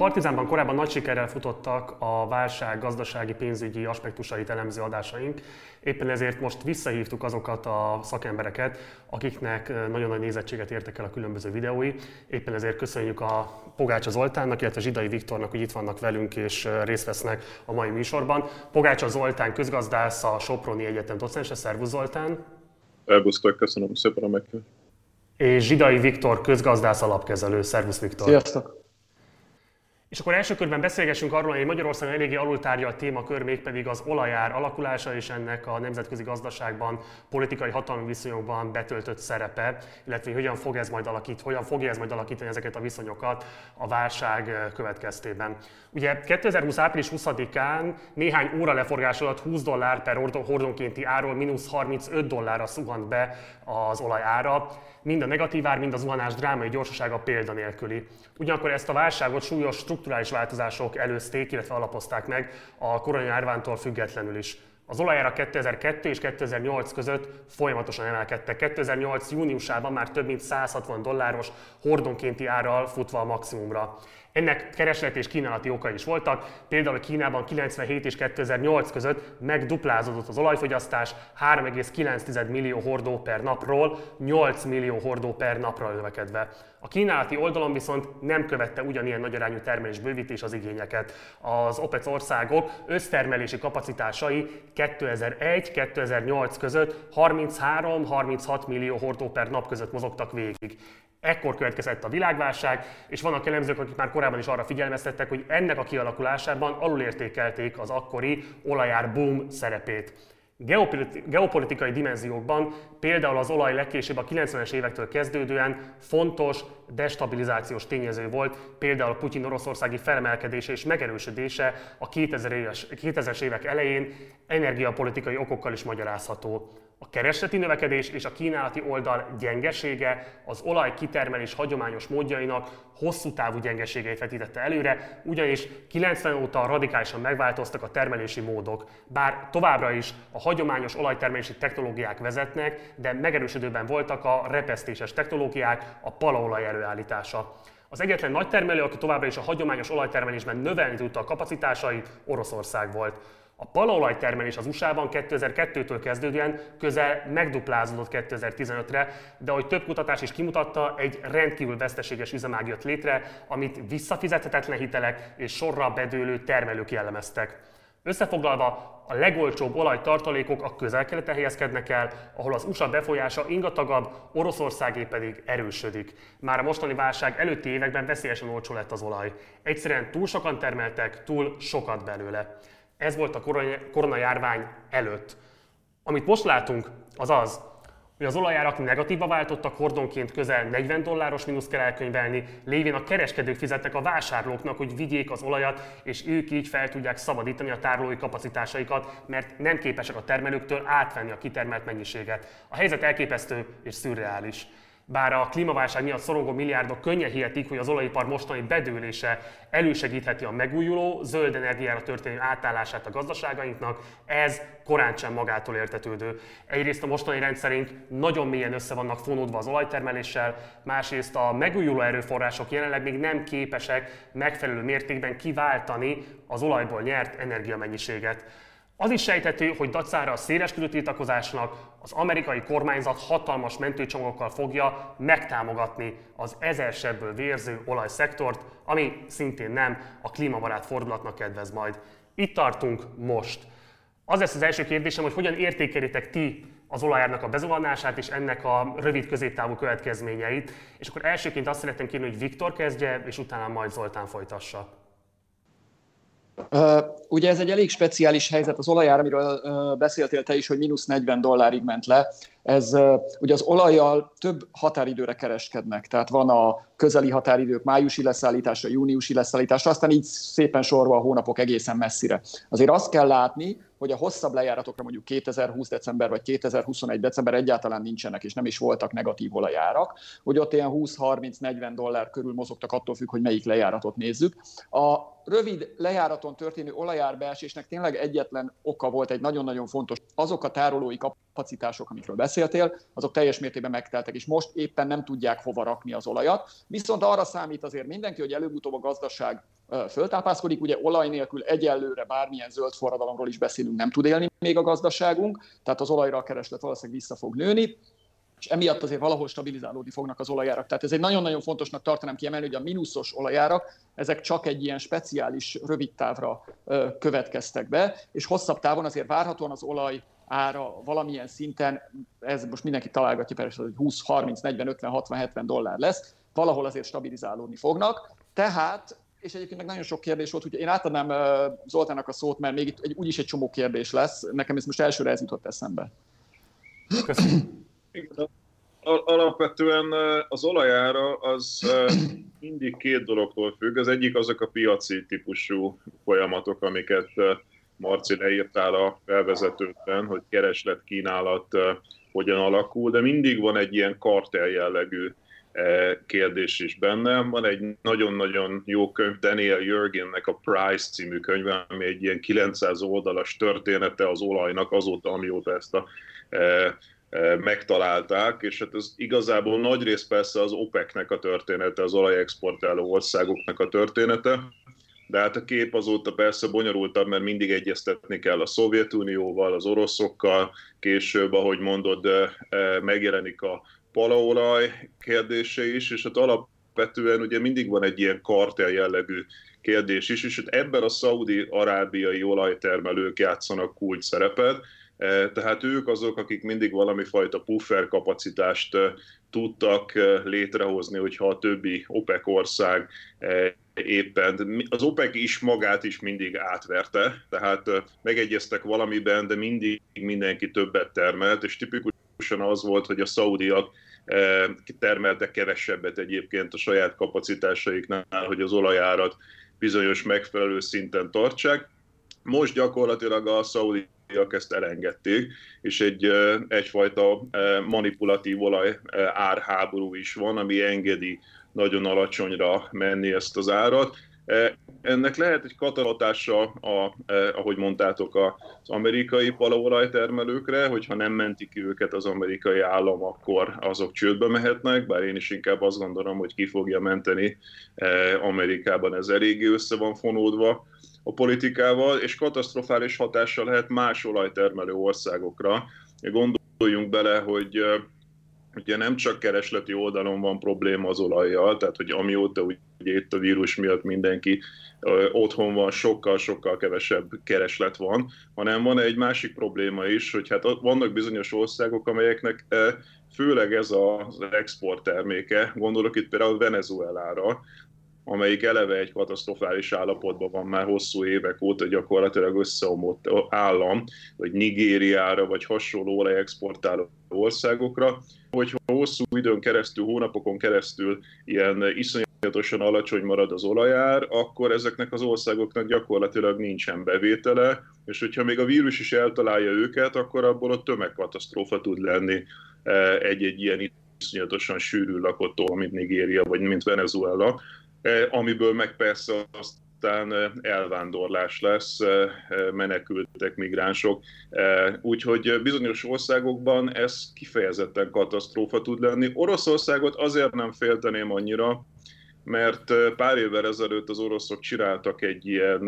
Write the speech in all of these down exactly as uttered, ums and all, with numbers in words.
Partizánban korábban nagy sikerrel futottak a válság gazdasági, pénzügyi aspektusait elemző adásaink. Éppen ezért most visszahívtuk azokat a szakembereket, akiknek nagyon nagy nézettséget értek el a különböző videói. Éppen ezért köszönjük a Pogácsa Zoltánnak, illetve Zsidai Viktornak, hogy itt vannak velünk és részt vesznek a mai műsorban. Pogácsa Zoltán közgazdász, a Soproni Egyetem docense. Szervusz Zoltán! Elbusztok, köszönöm szépen a meghívást. És Zsidai Viktor közgazdász, alapkezelő. Szervusz Viktor! Sziasztok! És akkor első körben beszélgessünk arról, hogy Magyarországon eléggé alultárgyalt témakör, mégpedig az olajár alakulása és ennek a nemzetközi gazdaságban, politikai hatalmi viszonyokban betöltött szerepe, illetve hogyan fog ez majd alakít, hogyan fogja ez majd alakítani ezeket a viszonyokat a válság következtében. Ugye kétezer-húsz. április huszadikán néhány óra leforgás alatt húsz dollár per hordonkénti áról mínusz harmincöt dollárra zuhant be az olaj ára. Mind a negatív ár, mind a zuhanás drámai gyorsasága példanélküli. Ugyanakkor ezt a válságot súlyos strukturális változások előzték, illetve alapozták meg a koronajárványtól függetlenül is. Az olajárak kétezer-kettő és kétezer-nyolc között folyamatosan emelkedtek. kétezer-nyolc. júniusában már több mint száz hatvan dolláros hordonkénti árral futva a maximumra. Ennek kereslet és kínálati okai is voltak, például Kínában kilencvenhét és kétezer-nyolc között megduplázódott az olajfogyasztás három egész kilenc millió hordó per napról nyolc millió hordó per napra növekedve. A kínálati oldalon viszont nem követte ugyanilyen nagyarányú termelés bővítés az igényeket. Az OPEC országok össztermelési kapacitásai kétezer-egy - kétezer-nyolc között harminchárom - harminchat millió hordó per nap között mozogtak végig. Ekkor következett a világválság, és vannak elemzők, akik már korábban is arra figyelmeztettek, hogy ennek a kialakulásában alulértékelték az akkori olajár boom szerepét. Geopolitikai dimenziókban például az olaj legkésőbb a kilencvenes évektől kezdődően fontos destabilizációs tényező volt, például Putyin oroszországi felemelkedése és megerősödése a kétezres évek elején energiapolitikai okokkal is magyarázható. A keresleti növekedés és a kínálati oldal gyengesége az olaj kitermelés hagyományos módjainak hosszú távú gyengeségeit vetítette előre, ugyanis kilencven óta radikálisan megváltoztak a termelési módok. Bár továbbra is a hagyományos olajtermelési technológiák vezetnek, de megerősödőben voltak a repesztéses technológiák, a palaolaj előállítása. Az egyetlen nagy termelő, aki továbbra is a hagyományos olajtermelésben növelni tudta a kapacitásait, Oroszország volt. A palaolaj termelés az u es á-ban kétezer-kettőtől kezdődően közel megduplázódott kétezer-tizenötre, de ahogy több kutatás is kimutatta, egy rendkívül veszteséges üzemág jött létre, amit visszafizethetetlen hitelek és sorra bedőlő termelők jellemeztek. Összefoglalva, a legolcsóbb olajtartalékok a Közel-Keleten helyezkednek el, ahol az u es á befolyása ingatagabb, Oroszországé pedig erősödik. Már a mostani válság előtti években veszélyesen olcsó lett az olaj. Egyszerűen túl sokan termeltek, túl sokat belőle. Ez volt a koronajárvány előtt. Amit most látunk, az az, hogy az olajárak negatívba váltottak, hordonként közel negyven dolláros mínusz kell elkönyvelni, lévén a kereskedők fizetnek a vásárlóknak, hogy vigyék az olajat, és ők így fel tudják szabadítani a tárolói kapacitásaikat, mert nem képesek a termelőktől átvenni a kitermelt mennyiséget. A helyzet elképesztő és szürreális. Bár a klímaválság miatt szorongó milliárdok könnyen hihetik, hogy az olajipar mostani bedőlése elősegítheti a megújuló, zöld energiára történő átállását a gazdaságainknak, ez korán sem magától értetődő. Egyrészt a mostani rendszerünk nagyon mélyen össze vannak fonódva az olajtermeléssel, másrészt a megújuló erőforrások jelenleg még nem képesek megfelelő mértékben kiváltani az olajból nyert energiamennyiséget. Az is sejthető, hogy dacára a széleskörű tiltakozásnak az amerikai kormányzat hatalmas mentőcsomagokkal fogja megtámogatni az ezersebből vérző olajszektort, ami szintén nem a klímabarát fordulatnak kedvez majd. Itt tartunk most. Az lesz az első kérdésem, hogy hogyan értékelitek ti az olajárnak a bezuhanását és ennek a rövid középtávú következményeit. És akkor elsőként azt szeretném kérni, hogy Viktor kezdje, és utána majd Zoltán folytassa. Uh, ugye ez egy elég speciális helyzet, az olajár, amiről uh, beszéltél te is, hogy mínusz negyven dollárig ment le. Ez uh, ugye az olajjal több határidőre kereskednek, tehát van a közeli határidők, májusi leszállításra, júniusi leszállításra, aztán így szépen sorba a hónapok egészen messzire. Azért azt kell látni, hogy a hosszabb lejáratokra mondjuk kétezer-húsz december vagy kétezer-huszonegy december egyáltalán nincsenek, és nem is voltak negatív olajárak, hogy ott ilyen húsz-harminc-negyven dollár körül mozogtak, attól függ, hogy melyik lejáratot nézzük. A rövid lejáraton történő olajárbeesésnek tényleg egyetlen oka volt, egy nagyon-nagyon fontos, azok a tárolói kapacitások, kapacitások, amikről beszéltél, azok teljes mértékben megteltek, és most éppen nem tudják hova rakni az olajat. Viszont arra számít azért mindenki, hogy előbb-utóbb a gazdaság föltápászkodik. Ugye olaj nélkül egyelőre bármilyen zöld forradalomról is beszélünk, nem tud élni még a gazdaságunk, tehát az olajra a kereslet valószínűleg vissza fog nőni, és emiatt azért valahol stabilizálódni fognak az olajárak. Tehát ez egy nagyon-nagyon fontosnak tartanám kiemelni, hogy a mínuszos olajárak, ezek csak egy ilyen speciális rövid távra következtek be, és hosszabb távon azért várhatóan az olaj ára valamilyen szinten, ez most mindenki találgatja persze, hogy húsz, harminc, negyven, ötven, hatvan, hetven dollár lesz, valahol azért stabilizálódni fognak. Tehát, és egyébként meg nagyon sok kérdés volt, úgyhogy én átadnám Zoltánnak a szót, mert még itt egy, úgyis egy csomó kérdés lesz. Nekem ez most elsőre ez jutott eszembe. Köszönöm. Igen. Alapvetően az olajára az mindig két dologtól függ. Az egyik azok a piaci típusú folyamatok, amiket Marci leírtál a felvezetőben, hogy kereslet-kínálat hogyan alakul, de mindig van egy ilyen kartel jellegű kérdés is benne. Van egy nagyon-nagyon jó könyv, Daniel Yerginnek a Price című könyve, ami egy ilyen kilencszáz oldalas története az olajnak azóta, amióta ezt a megtalálták, és hát ez igazából nagyrészt persze az OPEC-nek a története, az olajexportáló országoknak a története, de hát a kép azóta persze bonyolultabb, mert mindig egyeztetni kell a Szovjetunióval, az oroszokkal, később, ahogy mondod, megjelenik a palaolaj kérdése is, és hát alapvetően ugye mindig van egy ilyen kartel jellegű kérdés is, és hát ebben a szaudi-arábiai olajtermelők játszanak kulcs szerepet. Tehát ők azok, akik mindig valami fajta puffer kapacitást tudtak létrehozni, hogyha a többi OPEC ország éppen, az OPEC is magát is mindig átverte, tehát megegyeztek valamiben, de mindig mindenki többet termelt, és tipikusan az volt, hogy a szaudiak termeltek kevesebbet egyébként a saját kapacitásaiknál, hogy az olajárat bizonyos megfelelő szinten tartsák. Most gyakorlatilag a szaudi ezt elengedték, és egy, egyfajta manipulatív olaj árháború is van, ami engedi nagyon alacsonyra menni ezt az árat. Ennek lehet egy katalizása, a, ahogy mondtátok, az amerikai palaolajtermelőkre, hogyha nem mentik ki őket az amerikai állam, akkor azok csődbe mehetnek, bár én is inkább azt gondolom, hogy ki fogja menteni Amerikában, ez eléggé össze van fonódva a politikával, és katasztrofális hatással lehet más olajtermelő országokra. Gondoljunk bele, hogy ugye nem csak keresleti oldalon van probléma az olajjal, tehát hogy amióta ugye itt a vírus miatt mindenki otthon van, sokkal-sokkal kevesebb kereslet van, hanem van egy másik probléma is, hogy hát vannak bizonyos országok, amelyeknek főleg ez az export terméke, gondolok itt például Venezuelára, amelyik eleve egy katasztrofális állapotban van már hosszú évek óta, gyakorlatilag összeomlott állam, vagy Nigériára, vagy hasonló olajexportáló országokra, hogyha hosszú időn keresztül, hónapokon keresztül ilyen iszonyatosan alacsony marad az olajár, akkor ezeknek az országoknak gyakorlatilag nincsen bevétele, és hogyha még a vírus is eltalálja őket, akkor abból a tömegkatasztrófa tud lenni egy-egy ilyen iszonyatosan sűrű lakott, mint Nigéria, vagy mint Venezuela, amiből meg persze aztán elvándorlás lesz, menekültek, migránsok. Úgyhogy bizonyos országokban ez kifejezetten katasztrófa tud lenni. Oroszországot azért nem félteném annyira, mert pár évvel ezelőtt az oroszok csináltak egy ilyen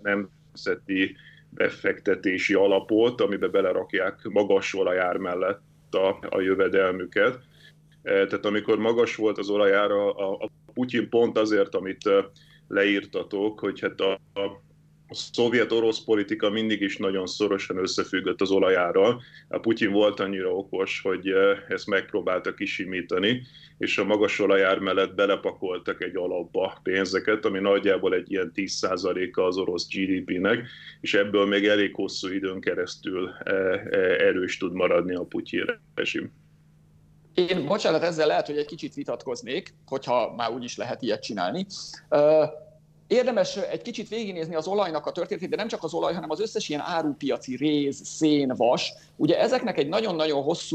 nemzeti befektetési alapot, amiben belerakják magas olajár mellett a, a jövedelmüket. Tehát amikor magas volt az olajára, a, a Putyin pont azért, amit leírtatok, hogy hát a, a, a szovjet-orosz politika mindig is nagyon szorosan összefüggött az olajárral. A Putyin volt annyira okos, hogy ezt megpróbálta kisimítani, és a magas olajár mellett belepakoltak egy alapba pénzeket, ami nagyjából egy ilyen tíz százaléka az orosz gé dé pének, és ebből még elég hosszú időn keresztül erős tud maradni a Putyin rezsim. Én, bocsánat, ezzel lehet, hogy egy kicsit vitatkoznék, hogyha már úgy is lehet ilyet csinálni. Érdemes egy kicsit végignézni az olajnak a történetét, de nem csak az olaj, hanem az összes ilyen árupiaci réz, szén, vas. Ugye ezeknek egy nagyon-nagyon hosszú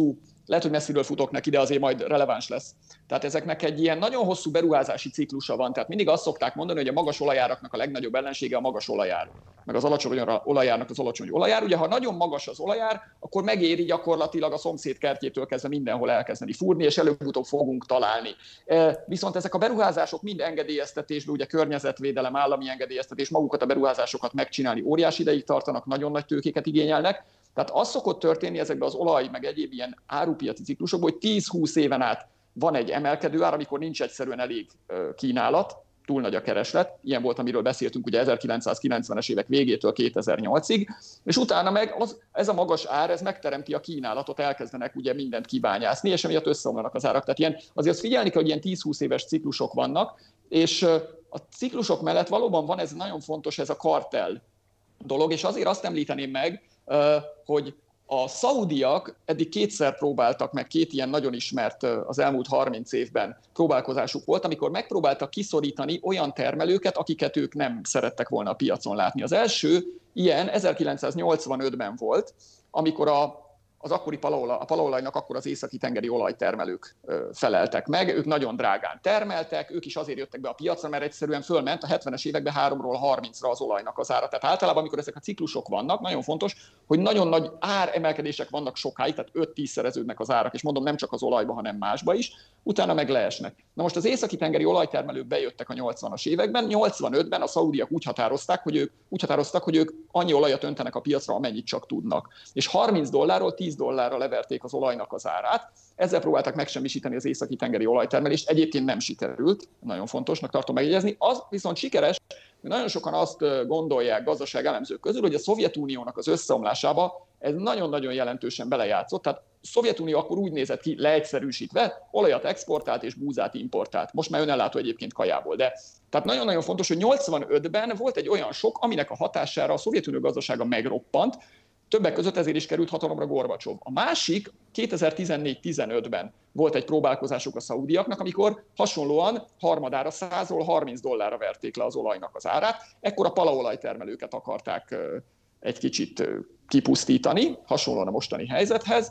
lehet, hogy messziről futok neki, de azért majd releváns lesz. Tehát ezeknek egy ilyen nagyon hosszú beruházási ciklusa van. Tehát mindig azt szokták mondani, hogy a magas olajáraknak a legnagyobb ellensége a magas olajár, meg az alacsony olajárnak az alacsony olajár. Ugye, ha nagyon magas az olajár, akkor megéri gyakorlatilag a szomszéd kertjétől kezdve mindenhol elkezdeni fúrni, és előbb-utóbb fogunk találni. Viszont ezek a beruházások mind engedélyeztetésbe, ugye környezetvédelem, állami engedélyeztetés, magukat a beruházásokat megcsinálni óriási ideig tartanak, nagyon nagy tőkéket igényelnek. Tehát az szokott történni ezekben az olaj, meg egyéb ilyen árupiaci ciklusokban, hogy tíz-húsz éven át van egy emelkedő ár, amikor nincs egyszerűen elég kínálat, túl nagy a kereslet. Ilyen volt, amiről beszéltünk ugye ezerkilencszázkilencvenes évek végétől kétezer-nyolcig, és utána meg az, ez a magas ár, ez megteremti a kínálatot, elkezdenek ugye mindent kibányászni, és emiatt összeomlanak az árak. Tehát ilyen, azért figyelni kell, hogy ilyen tíz-húsz éves ciklusok vannak, és a ciklusok mellett valóban van ez nagyon fontos, ez a kartell dolog, és azért azt említeném meg, hogy a szaudiak eddig kétszer próbáltak meg, két ilyen nagyon ismert az elmúlt harminc évben próbálkozásuk volt, amikor megpróbáltak kiszorítani olyan termelőket, akiket ők nem szerettek volna a piacon látni. Az első ilyen ezerkilencszáznyolcvanötben volt, amikor a az akkori palaolaj, a palaolajnak akkor az északi tengeri olajtermelők feleltek meg, ők nagyon drágán termeltek, ők is azért jöttek be a piacra, mert egyszerűen fölment a hetvenes években háromról harmincra az olajnak az ára. Tehát általában, amikor ezek a ciklusok vannak, nagyon fontos, hogy nagyon nagy áremelkedések vannak sokáig, tehát öt-tízszereződnek az árak, és mondom, nem csak az olajba, hanem másba is, utána meg leesnek. Na most az északi tengeri olajtermelők bejöttek a nyolcvanas években, nyolcvanötben a szaudiak úgy határozták, hogy ők úgy határoztak, hogy ők annyi olajat öntenek a piacra, amennyit csak tudnak. És harminc dollárról tíz dollárra leverték az olajnak az árát. Ezzel próbáltak megsemmisíteni az északi tengeri olajtermelést. Egyébként nem sikerült, nagyon fontosnak tartom megjegyezni. Az viszont sikeres, hogy nagyon sokan azt gondolják gazdaság elemzők közül, hogy a Szovjetuniónak az összeomlásába ez nagyon-nagyon jelentősen belejátszott. Tehát a Szovjetunió akkor úgy nézett ki, leegyszerűsítve, olajat exportált és búzát importált. Most már önellátó egyébként kajából. De tehát nagyon-nagyon fontos, hogy nyolcvanötben volt egy olyan sok, aminek a hatására a Szovjetunió gazdasága megroppant. Többek között ezért is került hatalomra Gorbacsov. A másik kétezer-tizennégy-tizenötben volt egy próbálkozásuk a szaudiaknak, amikor hasonlóan harmadára százról harminc dollárra verték le az olajnak az árát. Ekkor a palaolajtermelőket akarták egy kicsit kipusztítani, hasonlóan a mostani helyzethez,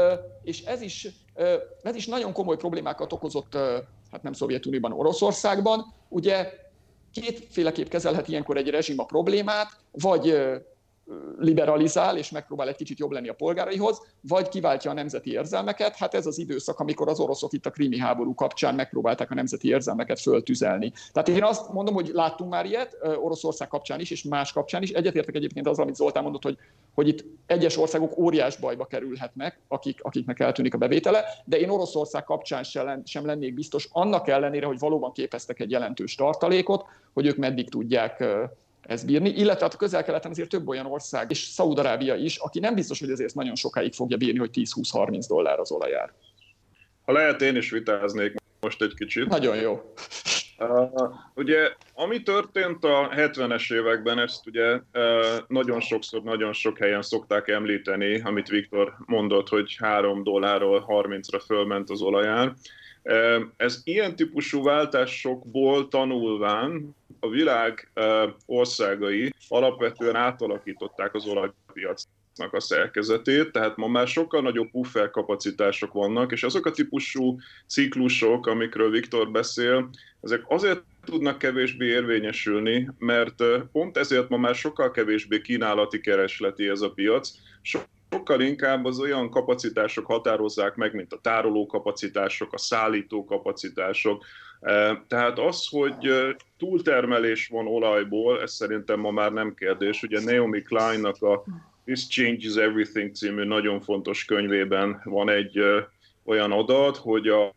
és ez is, ez is nagyon komoly problémákat okozott, hát nem Szovjetunióban, Oroszországban. Ugye kétféleképp kezelhet ilyenkor egy rezsim a problémát, vagy liberalizál, és megpróbál egy kicsit jobb lenni a polgáraihoz, vagy kiváltja a nemzeti érzelmeket. Hát ez az időszak, amikor az oroszok itt a krími háború kapcsán megpróbálták a nemzeti érzelmeket föltüzelni. Tehát én azt mondom, hogy láttunk már ilyet Oroszország kapcsán is, és más kapcsán is. Egyetértek egyébként azzal, amit Zoltán mondott, hogy, hogy itt egyes országok óriás bajba kerülhetnek, akik, akiknek eltűnik a bevétele, de én Oroszország kapcsán sem lennék biztos, annak ellenére, hogy valóban képeztek egy jelentős tartalékot, hogy ők meddig tudják ezt bírni, illetve a Közel-Keleten azért több olyan ország, és Szaúd-Arábia is, aki nem biztos, hogy azért nagyon sokáig fogja bírni, hogy tíz-húsz-harminc dollár az olajár. Ha lehet, én is vitáznék most egy kicsit. Nagyon jó. Uh, ugye, ami történt a hetvenes években, ezt ugye uh, nagyon sokszor, nagyon sok helyen szokták említeni, amit Viktor mondott, hogy három dollárról harmincra fölment az olajár. Uh, ez ilyen típusú váltásokból tanulván a világ uh, országai alapvetően átalakították az olajpiacnak a szerkezetét, tehát ma már sokkal nagyobb puffer kapacitások vannak, és azok a típusú ciklusok, amikről Viktor beszél, ezek azért tudnak kevésbé érvényesülni, mert pont ezért ma már sokkal kevésbé kínálati keresleti ez a piac, sokkal inkább az olyan kapacitások határozzák meg, mint a tárolókapacitások, a szállítókapacitások. Tehát az, hogy túltermelés van olajból, ez szerintem ma már nem kérdés. Ugye Naomi Kleinnak a This Changes Everything című nagyon fontos könyvében van egy olyan adat, hogy a,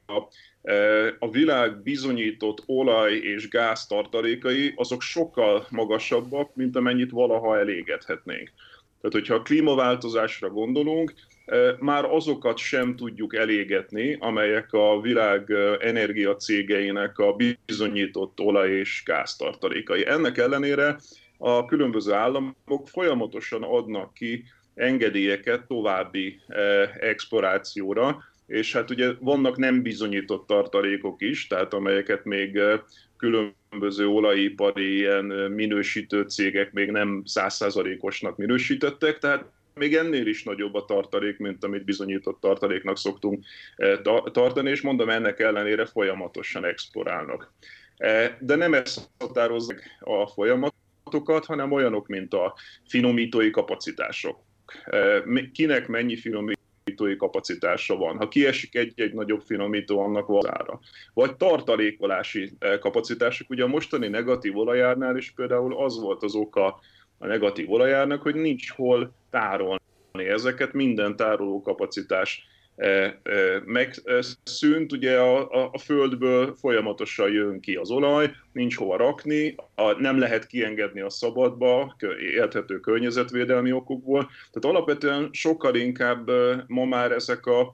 a világ bizonyított olaj- és gáz tartalékai azok sokkal magasabbak, mint amennyit valaha elégethetnénk. Tehát, hogyha a klímaváltozásra gondolunk, már azokat sem tudjuk elégetni, amelyek a világ energiacégeinek a bizonyított olaj- és gáztartalékai. Ennek ellenére a különböző államok folyamatosan adnak ki engedélyeket további explorációra, és hát ugye vannak nem bizonyított tartalékok is, tehát amelyeket még különböző olajipari ilyen minősítő cégek még nem száz százalékosnak minősítettek, tehát még ennél is nagyobb a tartalék, mint amit bizonyított tartaléknak szoktunk tartani, és mondom, ennek ellenére folyamatosan exportálnak. De nem ezt határozzák a folyamatokat, hanem olyanok, mint a finomítói kapacitások. Kinek mennyi finomítói kapacitása van? Ha kiesik egy-egy nagyobb finomító, annak van ára. Vagy tartalékolási kapacitások. Ugye a mostani negatív olajárnál is például az volt az oka a negatív olajárnak, hogy nincs hol tárolni ezeket, minden tároló kapacitás megszűnt, ugye a, a, a földből folyamatosan jön ki az olaj, nincs hova rakni, a, nem lehet kiengedni a szabadba, érthető környezetvédelmi okokból, tehát alapvetően sokkal inkább ma már ezek a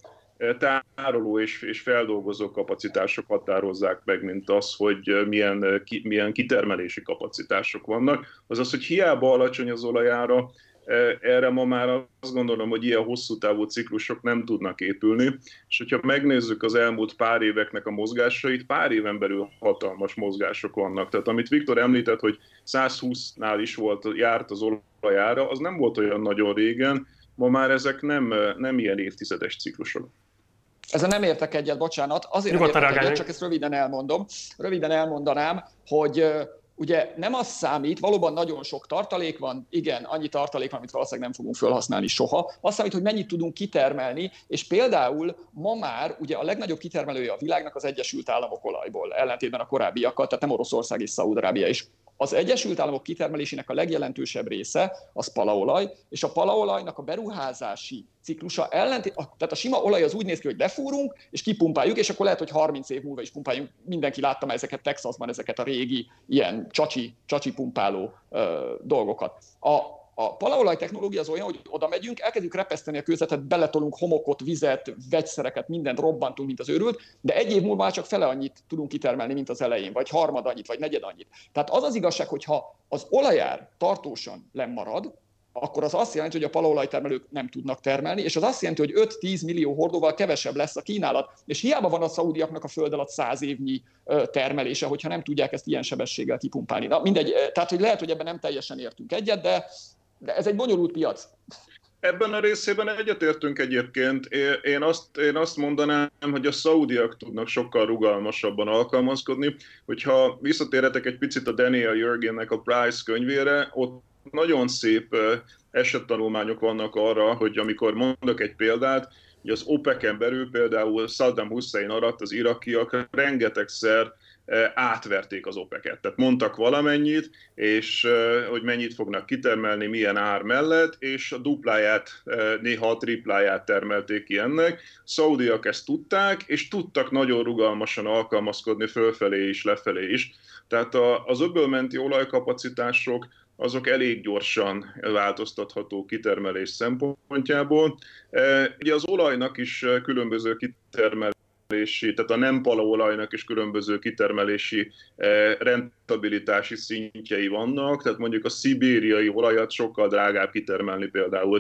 tároló és, és feldolgozó kapacitások határozzák meg, mint az, hogy milyen, ki, milyen kitermelési kapacitások vannak. Azaz, hogy hiába alacsony az olajára, erre ma már azt gondolom, hogy ilyen hosszú távú ciklusok nem tudnak épülni, és hogyha megnézzük az elmúlt pár éveknek a mozgásait, pár éven belül hatalmas mozgások vannak. Tehát amit Viktor említett, hogy száz húsznál is volt, járt az olajára, az nem volt olyan nagyon régen, ma már ezek nem, nem ilyen évtizedes ciklusok. Ezzel nem értek egyet, bocsánat, azért nem értek egyet, csak ezt röviden elmondom. Röviden elmondanám, hogy ugye nem az számít, valóban nagyon sok tartalék van, igen, annyi tartalék van, amit valószínűleg nem fogunk felhasználni soha. Az számít, hogy mennyit tudunk kitermelni, és például ma már ugye a legnagyobb kitermelője a világnak az Egyesült Államok olajból, ellentétben a korábbiakkal, tehát nem Oroszország és Szaúd-Arábia is. Az Egyesült Államok kitermelésének a legjelentősebb része az palaolaj, és a palaolajnak a beruházási ciklusa ellentét, tehát a sima olaj az úgy néz ki, hogy lefúrunk, és kipumpáljuk, és akkor lehet, hogy harminc év múlva is pumpáljunk. Mindenki látta már ezeket Texasban, ezeket a régi ilyen csacsi, csacsi pumpáló ö, dolgokat. A, a palaolaj technológia az olyan, hogy oda megyünk, elkezdjük repeszteni a kőzetet, beletolunk homokot, vizet, vegyszereket, mindent robbantunk, mint az őrült, de egy év múlva már csak fele annyit tudunk kitermelni, mint az elején, vagy harmad annyit, vagy negyed annyit. Tehát az az igazság, hogy ha az olajár tartósan lemarad, akkor az azt jelenti, hogy a palaolajtermelők nem tudnak termelni, és az azt jelenti, hogy öt-tíz millió hordóval kevesebb lesz a kínálat, és hiába van a szaudiaknak a föld alatt száz évnyi termelése, hogyha nem tudják ezt ilyen sebességgel kipumpálni. Na mindegy, tehát hogy lehet, hogy ebben nem teljesen értünk egyet, de, de ez egy bonyolult piac. Ebben a részében egyetértünk egyébként. Én azt, én azt mondanám, hogy a szaudiak tudnak sokkal rugalmasabban alkalmazkodni. Hogyha visszatérhetek egy picit a Daniel Jürgennek a Price könyvére, ott nagyon szép esettanulmányok vannak arra, hogy amikor mondok egy példát, hogy az OPEC-en belül például Saddam Hussein alatt az irakiak rengetegszer átverték az OPEC-et. Tehát mondtak valamennyit, és hogy mennyit fognak kitermelni, milyen ár mellett, és a dupláját, néha a tripláját termelték ki ennek. Szaudiak ezt tudták, és tudtak nagyon rugalmasan alkalmazkodni fölfelé is, lefelé is. Tehát az öbölmenti olajkapacitások azok elég gyorsan változtatható kitermelés szempontjából. Ugye az olajnak is különböző kitermelési, tehát a nem palaolajnak is különböző kitermelési rentabilitási szintjei vannak, tehát mondjuk a szibériai olajat sokkal drágább kitermelni például,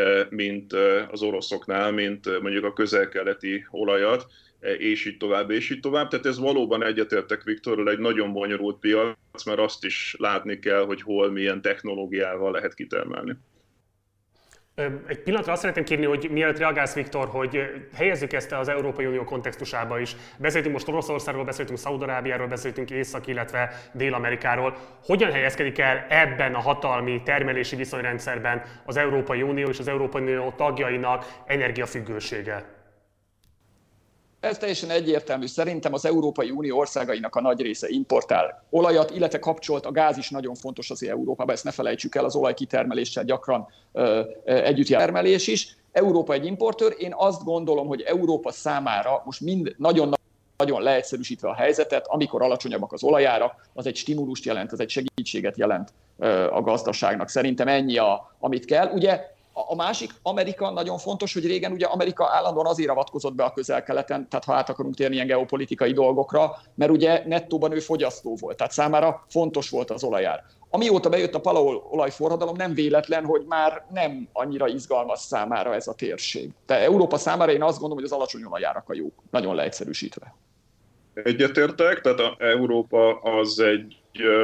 mint az oroszoknál, mint mondjuk a közel-keleti olajat, és így tovább, és így tovább. Tehát ez valóban egyetértek Viktorral, egy nagyon bonyolult piac, mert azt is látni kell, hogy hol milyen technológiával lehet kitermelni. Egy pillanatra azt szeretném kérni, hogy mielőtt reagálsz, Viktor, hogy helyezzük ezt az Európai Unió kontextusába is. Beszéltünk most Oroszországról, beszéltünk Szaúd-Arábiáról, beszéltünk Észak, illetve Dél-Amerikáról. Hogyan helyezkedik el ebben a hatalmi termelési viszonyrendszerben az Európai Unió és az Európai Unió tagjainak energiafüggősége? Ez teljesen egyértelmű. Szerintem az Európai Unió országainak a nagy része importál olajat, illetve kapcsolt, a gáz is nagyon fontos azért Európában, ezt ne felejtsük el, az olajkitermeléssel gyakran ö, ö, együtt jár termelés is. Európa egy importőr, én azt gondolom, hogy Európa számára most mind nagyon nagyon leegyszerűsítve a helyzetet, amikor alacsonyabbak az olajárak, az egy stimulust jelent, az egy segítséget jelent ö, a gazdaságnak. Szerintem ennyi, a, amit kell. Ugye a másik, Amerika nagyon fontos, hogy régen ugye Amerika állandóan azért avatkozott be a Közel-Keleten, tehát ha át akarunk térni ilyen geopolitikai dolgokra, mert ugye nettóban ő fogyasztó volt, tehát számára fontos volt az olajár. Amióta bejött a palaolajforradalom, nem véletlen, hogy már nem annyira izgalmas számára ez a térség. De Európa számára én azt gondolom, hogy az alacsony olajárak a jók, nagyon leegyszerűsítve. Egyetértek, tehát a Európa az egy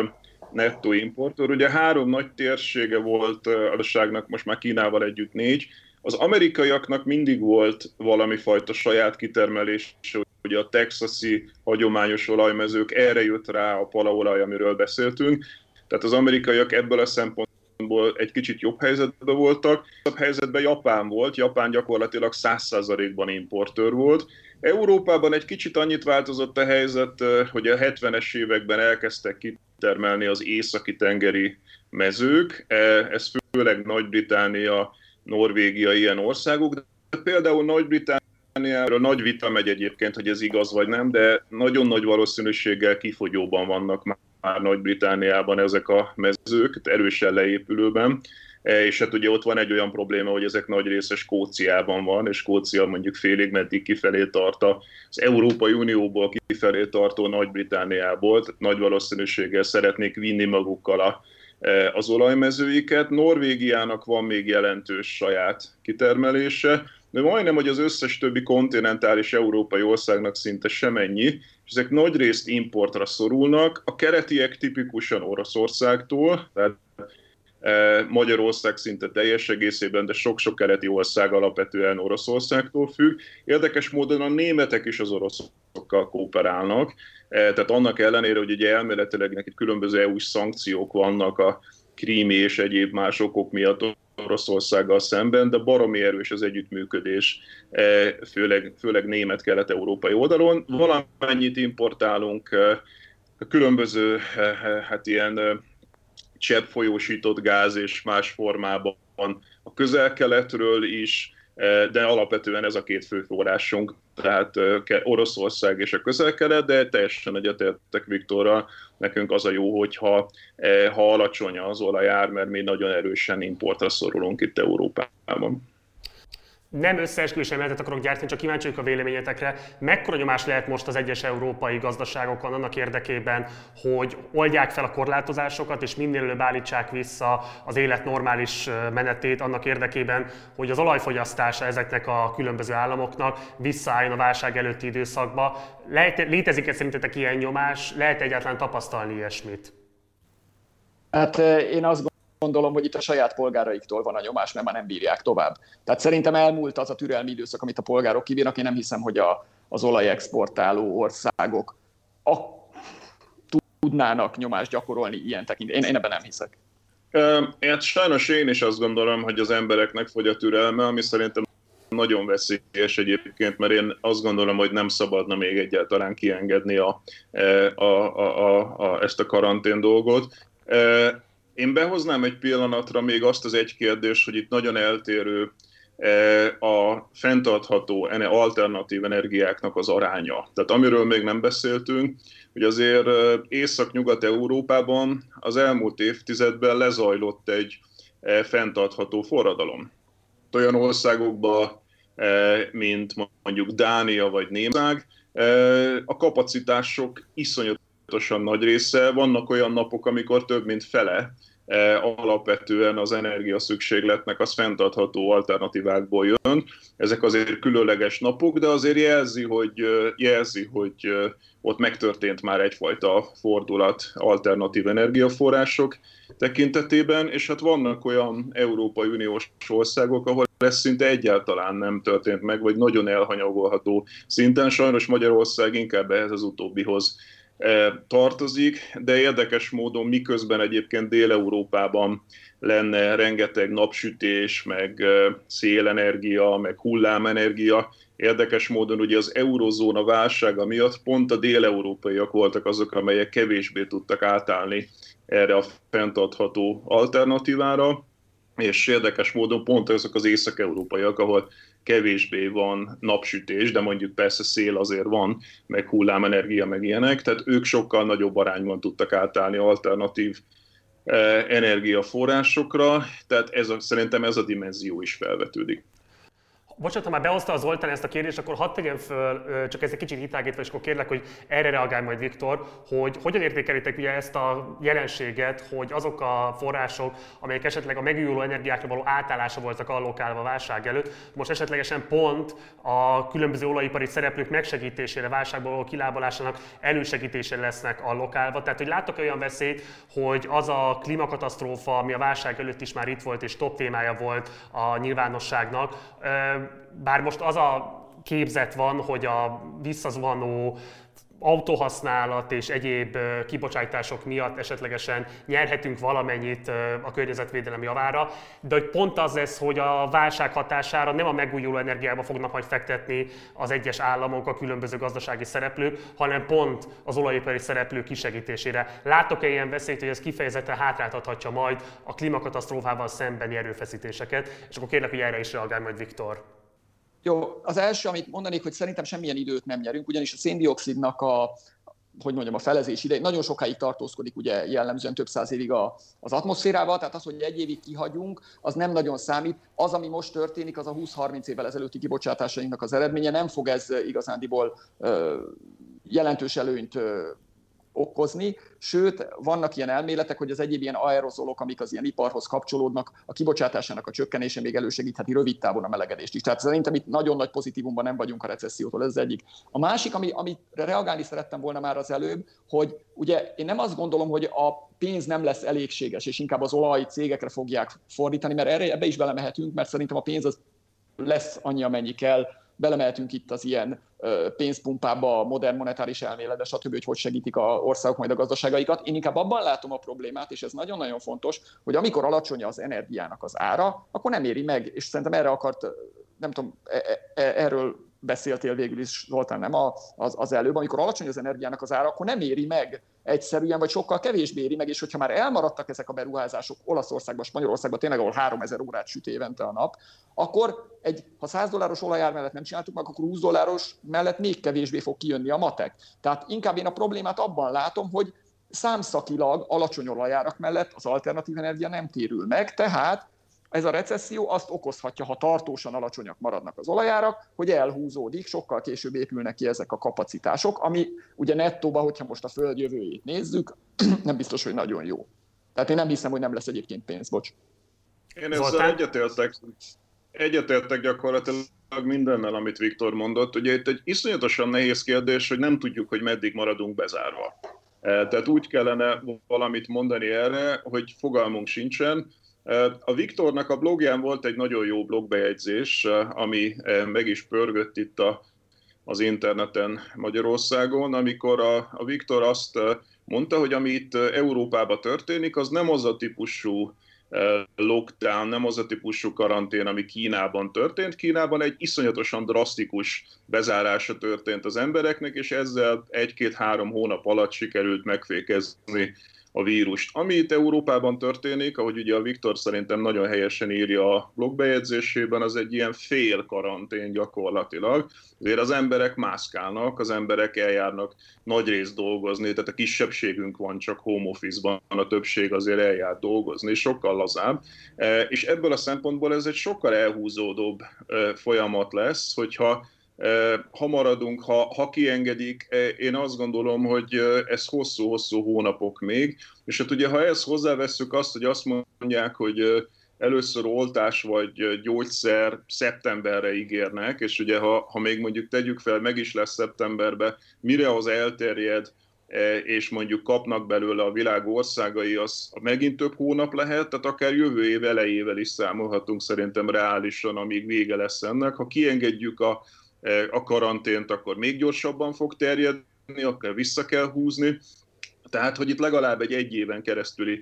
nettó importőr. Ugye három nagy térsége volt a gazdaságnak, most már Kínával együtt négy. Az amerikaiaknak mindig volt valami fajta saját kitermelés, ugye a texasi hagyományos olajmezők, erre jött rá a palaolaj, amiről beszéltünk. Tehát az amerikaiak ebből a szempontból egy kicsit jobb helyzetben voltak. Jobb helyzetben Japán volt, Japán gyakorlatilag száz százalékban importőr volt. Európában egy kicsit annyit változott a helyzet, hogy a hetvenes években elkezdtek kitermelni az északi tengeri mezők. Ez főleg Nagy-Britannia, Norvégia, ilyen országok, de például Nagy-Britanniáról nagy vita megy egyébként, hogy ez igaz vagy nem, de nagyon nagy valószínűséggel kifogyóban vannak már Nagy-Britanniában ezek a mezők, erősen leépülőben, és hát ugye ott van egy olyan probléma, hogy ezek nagy része Skóciában van, és Skócia mondjuk félig meddig kifelé tart az Európai Unióból kifelé tartó Nagy-Britanniából, tehát nagy valószínűséggel szeretnék vinni magukkal a az olajmezőiket. Norvégiának van még jelentős saját kitermelése, de majdnem, hogy az összes többi kontinentális európai országnak szinte semennyi, és ezek nagyrészt importra szorulnak. A keletiek tipikusan Oroszországtól, tehát Magyarország szinte teljes egészében, de sok-sok keleti ország alapvetően Oroszországtól függ. Érdekes módon a németek is az oroszokkal kooperálnak, tehát annak ellenére, hogy ugye elméletileg nekik különböző é u-s szankciók vannak a krími és egyéb más okok miatt Oroszországgal szemben, de baromi erős az együttműködés, főleg, főleg német-kelet-európai oldalon. Valamennyit importálunk különböző hát ilyen cseppfolyósított gáz és más formában a közel-keletről is, de alapvetően ez a két fő forrásunk, tehát Oroszország és a közel-kelet, de teljesen egyetértek Viktorral, nekünk az a jó, hogyha ha alacsony az olajár, mert mi nagyon erősen importra szorulunk itt Európában. Nem összeesküvés emeletet akarok gyártani, csak kíváncsi vagyok a véleményetekre. Mekkora nyomás lehet most az egyes európai gazdaságokon annak érdekében, hogy oldják fel a korlátozásokat, és minél előbb állítsák vissza az élet normális menetét annak érdekében, hogy az olajfogyasztása ezeknek a különböző államoknak visszaálljon a válság előtti időszakba. Lehet, létezik-e szerintetek ilyen nyomás? Lehet egyáltalán tapasztalni ilyesmit? Hát én azt gondolom, hogy itt a saját polgáraiktól van a nyomás, mert már nem bírják tovább. Tehát szerintem elmúlt az a türelmi időszak, amit a polgárok kibírnak. Én nem hiszem, hogy a, az olajexportáló országok a, tudnának nyomást gyakorolni ilyen tekintetben. Én, én ebben nem hiszek. Hát sajnos én is azt gondolom, hogy az embereknek fogy a türelme, ami szerintem nagyon veszélyes egyébként, mert én azt gondolom, hogy nem szabadna még egyáltalán kiengedni a, a, a, a, a, ezt a karantén dolgot. Én behoznám egy pillanatra még azt az egy kérdést, hogy itt nagyon eltérő a fenntartható alternatív energiáknak az aránya. Tehát amiről még nem beszéltünk, hogy azért Észak-Nyugat-Európában az elmúlt évtizedben lezajlott egy fenntartható forradalom. Olyan országokban, mint mondjuk Dánia vagy Németország, a kapacitások iszonyatosan nagy része, vannak olyan napok, amikor több mint fele alapvetően az energiaszükségletnek az fenntartható alternatívákból jön. Ezek azért különleges napok, de azért jelzi, hogy, jelzi, hogy ott megtörtént már egyfajta fordulat alternatív energiaforrások tekintetében, és hát vannak olyan Európai Uniós országok, ahol ez szinte egyáltalán nem történt meg, vagy nagyon elhanyagolható szinten. Sajnos Magyarország inkább ehhez az utóbbihoz tartozik, de érdekes módon miközben egyébként Dél-Európában lenne rengeteg napsütés, meg szélenergia, meg hullámenergia. Érdekes módon ugye az eurozóna válsága miatt pont a dél-európaiak voltak azok, amelyek kevésbé tudtak átállni erre a fenntartható alternatívára, és érdekes módon pont azok az észak-európaiak, ahol kevésbé van napsütés, de mondjuk persze szél azért van, meg hullámenergia, meg ilyenek, tehát ők sokkal nagyobb arányban tudtak átállni alternatív eh, energiaforrásokra, tehát ez a, szerintem ez a dimenzió is felvetődik. Bocsánat, ha már behozta az Zoltán ezt a kérdést, akkor hadd tegyem föl, csak ez egy kicsit hitágítva, és akkor kérlek, hogy erre reagálj majd Viktor, hogy hogyan értékelitek ugye ezt a jelenséget, hogy azok a források, amelyek esetleg a megújuló energiákra való átállása voltak allokálva a válság előtt, most esetlegesen pont a különböző olajipari szereplők megsegítésére, válságból való kilábalásának elősegítésére lesznek allokálva. Tehát, hogy láttok olyan veszélyt, hogy az a klímakatasztrófa, ami a válság előtt is már itt volt, és top témája volt a nyilvánosságnak, bár most az a képzet van, hogy a visszazuhanó autóhasználat és egyéb kibocsátások miatt esetlegesen nyerhetünk valamennyit a környezetvédelem javára, de hogy pont az lesz, hogy a válság hatására nem a megújuló energiába fognak majd fektetni az egyes államok, a különböző gazdasági szereplők, hanem pont az olajipari szereplők kisegítésére. Látok-e ilyen veszélyt, hogy ez kifejezetten hátráltathatja majd a klímakatasztrófával szembeni erőfeszítéseket? És akkor kérlek, hogy erre is reagálj majd Viktor. Jó, az első, amit mondanék, hogy szerintem semmilyen időt nem nyerünk, ugyanis a széndioxidnak a, hogy mondjam, a felezés ideje nagyon sokáig tartózkodik, ugye jellemzően több száz évig a, az atmoszférában, tehát az, hogy egy évig kihagyunk, az nem nagyon számít. Az, ami most történik, az a húsz-harminc évvel ezelőtti kibocsátásainknak az eredménye, nem fog ez igazándiból ö, jelentős előnyt ö, okozni, sőt, vannak ilyen elméletek, hogy az egyéb ilyen aerozolok, amik az ilyen iparhoz kapcsolódnak, a kibocsátásának a csökkenése még elősegítheti rövid távon a melegedést is. Tehát szerintem itt nagyon nagy pozitívumban nem vagyunk a recessziótól, ez az egyik. A másik, ami, amit reagálni szerettem volna már az előbb, hogy ugye én nem azt gondolom, hogy a pénz nem lesz elégséges, és inkább az olaj cégekre fogják fordítani, mert erre, ebbe is belemehetünk, mert szerintem a pénz az lesz annyi, amennyi kell. Belemeltünk itt az ilyen pénzpumpába, a modern monetáris elméletbe, stb., hogy hogy segítik az országok majd a gazdaságaikat. Én inkább abban látom a problémát, és ez nagyon-nagyon fontos, hogy amikor alacsony az energiának az ára, akkor nem éri meg, és szerintem erre akart, nem tudom, erről beszéltél végül is, Zoltán, nem az, az előbb, amikor alacsony az energiának az ára, akkor nem éri meg egyszerűen, vagy sokkal kevésbé éri meg, és hogyha már elmaradtak ezek a beruházások Olaszországban, Spanyolországban, tényleg ahol háromezer órát süt évente a nap, akkor egy, ha száz dolláros olajár mellett nem csináltuk meg, akkor húsz dolláros mellett még kevésbé fog kijönni a matek. Tehát inkább én a problémát abban látom, hogy számszakilag alacsony olajárak mellett az alternatív energia nem térül meg, tehát ez a recesszió azt okozhatja, ha tartósan alacsonyak maradnak az olajárak, hogy elhúzódik, sokkal később épülnek ki ezek a kapacitások, ami ugye nettóban, hogyha most a föld jövőjét nézzük, nem biztos, hogy nagyon jó. Tehát én nem hiszem, hogy nem lesz egyébként pénz, bocs. Én ezzel egyetértek, egyetértek gyakorlatilag mindennel, amit Viktor mondott. Ugye itt egy iszonyatosan nehéz kérdés, hogy nem tudjuk, hogy meddig maradunk bezárva. Tehát úgy kellene valamit mondani erre, hogy fogalmunk sincsen. A Viktornak a blogján volt egy nagyon jó blogbejegyzés, ami meg is pörgött itt a, az interneten Magyarországon, amikor a, a Viktor azt mondta, hogy ami itt Európában történik, az nem az a típusú lockdown, nem az a típusú karantén, ami Kínában történt. Kínában egy iszonyatosan drasztikus bezárása történt az embereknek, és ezzel egy-két-három hónap alatt sikerült megfékezni a vírust. Ami itt Európában történik, ahogy ugye a Viktor szerintem nagyon helyesen írja a blogbejegyzésében, az egy ilyen fél karantén gyakorlatilag. Azért az emberek mászkálnak, az emberek eljárnak nagyrészt dolgozni, tehát a kisebbségünk van csak home office-ban, a többség azért eljár dolgozni, sokkal lazább. És ebből a szempontból ez egy sokkal elhúzódóbb folyamat lesz, hogyha ha maradunk, ha, ha kiengedik, én azt gondolom, hogy ez hosszú-hosszú hónapok még, és hát ugye ha ezt hozzávesszük azt, hogy azt mondják, hogy először oltás vagy gyógyszer szeptemberre ígérnek, és ugye ha, ha még mondjuk tegyük fel, meg is lesz szeptemberben, mire az elterjed, és mondjuk kapnak belőle a világ országai, az megint több hónap lehet, tehát akár jövő év elejével is számolhatunk szerintem reálisan, amíg vége lesz ennek. Ha kiengedjük a a karantént, akkor még gyorsabban fog terjedni, akkor vissza kell húzni. Tehát, hogy itt legalább egy egy éven keresztüli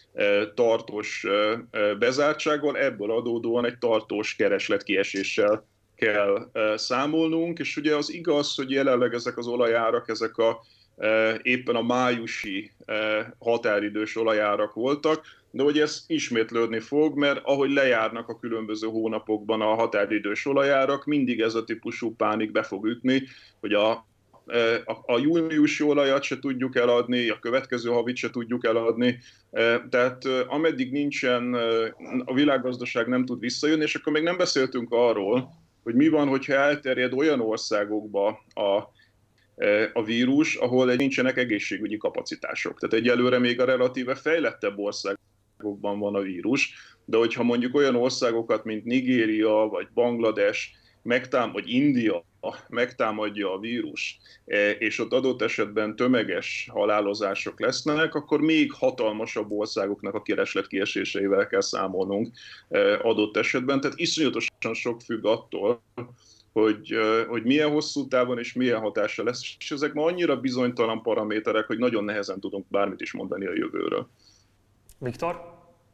tartós bezártsággal, ebből adódóan egy tartós keresletkieséssel kell számolnunk, és ugye az igaz, hogy jelenleg ezek az olajárak, ezek a éppen a májusi határidős olajárak voltak, de hogy ez ismétlődni fog, mert ahogy lejárnak a különböző hónapokban a határidős olajárak, mindig ez a típusú pánik be fog ütni, hogy a, a, a júniusi olajat se tudjuk eladni, a következő havit se tudjuk eladni, tehát ameddig nincsen, a világgazdaság nem tud visszajönni, és akkor még nem beszéltünk arról, hogy mi van, hogyha elterjed olyan országokba a, a vírus, ahol nincsenek egészségügyi kapacitások. Tehát egyelőre még a relatíve fejlettebb országokban van a vírus, de hogyha mondjuk olyan országokat, mint Nigéria, vagy Banglades, megtám, vagy India megtámadja a vírus, és ott adott esetben tömeges halálozások lesznek, akkor még hatalmasabb országoknak a kereslet kieséseivel kell számolnunk adott esetben. Tehát iszonyatosan sok függ attól, hogy, hogy milyen hosszú távon és milyen hatása lesz, és ezek ma annyira bizonytalan paraméterek, hogy nagyon nehezen tudunk bármit is mondani a jövőről. Viktor?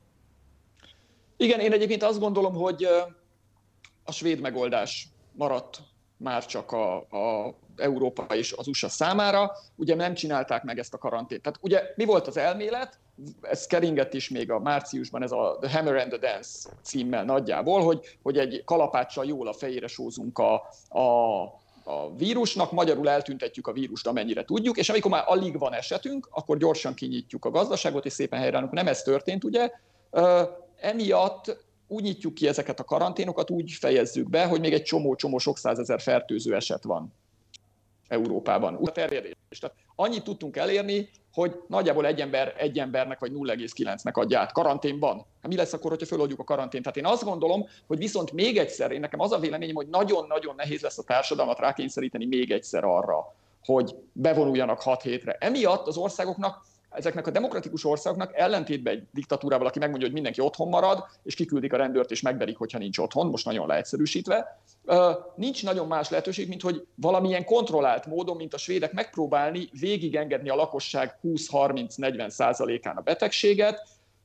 Igen, én egyébként azt gondolom, hogy a svéd megoldás maradt már csak a, a Európa és az u es á számára. Ugye nem csinálták meg ezt a karantént. Tehát ugye mi volt az elmélet? Ez keringett is még a márciusban, ez a The Hammer and the Dance címmel nagyjából, hogy, hogy egy kalapáccsal jól a fejére sózunk a, a, a vírusnak, magyarul eltüntetjük a vírust, amennyire tudjuk, és amikor már alig van esetünk, akkor gyorsan kinyitjuk a gazdaságot, és szépen helyreállunk. Nem ez történt, ugye? Emiatt úgy nyitjuk ki ezeket a karanténokat, úgy fejezzük be, hogy még egy csomó-csomó sok százezer fertőző eset van Európában. A terjedés. Tehát annyit tudtunk elérni, hogy nagyjából egy ember egy embernek vagy nulla egész kilencnek adja át karanténban. Hát mi lesz akkor, hogyha föloldjuk a karantént? Tehát én azt gondolom, hogy viszont még egyszer, én nekem az a véleményem, hogy nagyon-nagyon nehéz lesz a társadalmat rákényszeríteni még egyszer arra, hogy bevonuljanak hat hétre. Emiatt az országoknak, ezeknek a demokratikus országoknak ellentétben egy diktatúrával, aki megmondja, hogy mindenki otthon marad, és kiküldik a rendőrt, és megverik, hogyha nincs otthon, most nagyon leegyszerűsítve, nincs nagyon más lehetőség, mint hogy valamilyen kontrollált módon, mint a svédek, megpróbálni végigengedni a lakosság húsz-harminc-negyven százalékán a betegséget.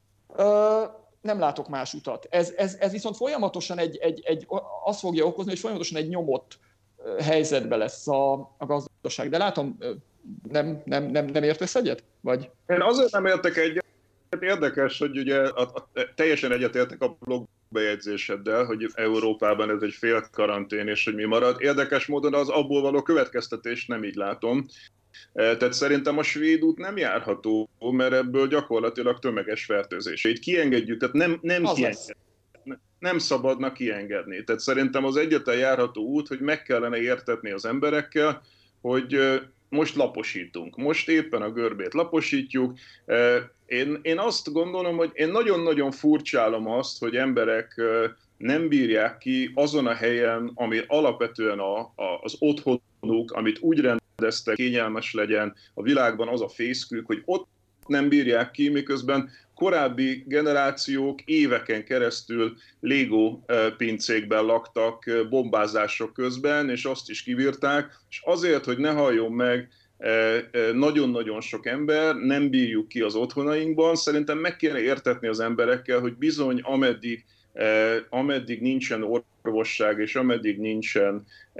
Nem látok más utat. Ez, ez, ez viszont folyamatosan egy, egy, egy, azt fogja okozni, hogy folyamatosan egy nyomott helyzetbe lesz a, a gazdaság. De látom, nem, nem, nem, nem értesz egyet? Vagy? Én azért nem értek egyet. Érdekes, hogy ugye a, a, teljesen egyetértek a blogbejegyzéseddel, hogy Európában ez egy fél karantén, és hogy mi marad. Érdekes módon az abból való következtetést nem így látom. Tehát szerintem a svéd út nem járható, mert ebből gyakorlatilag tömeges fertőzés. Így kiengedjük, tehát nem, nem kiengedjük. Nem szabadna kiengedni. Tehát szerintem az egyetlen járható út, hogy meg kellene értetni az emberekkel, hogy most laposítunk. Most éppen a görbét laposítjuk. Én, én azt gondolom, hogy én nagyon-nagyon furcsálom azt, hogy emberek nem bírják ki azon a helyen, ami alapvetően a, a, az otthonuk, amit úgy rendeztek, kényelmes legyen a világban az a fészkük, hogy ott nem bírják ki, miközben korábbi generációk éveken keresztül Lego pincékben laktak bombázások közben, és azt is kibírták, és azért, hogy ne halljon meg nagyon-nagyon sok ember, nem bírjuk ki az otthonainkban, szerintem meg kéne értetni az emberekkel, hogy bizony ameddig, ameddig nincsen orvosság, és ameddig nincsen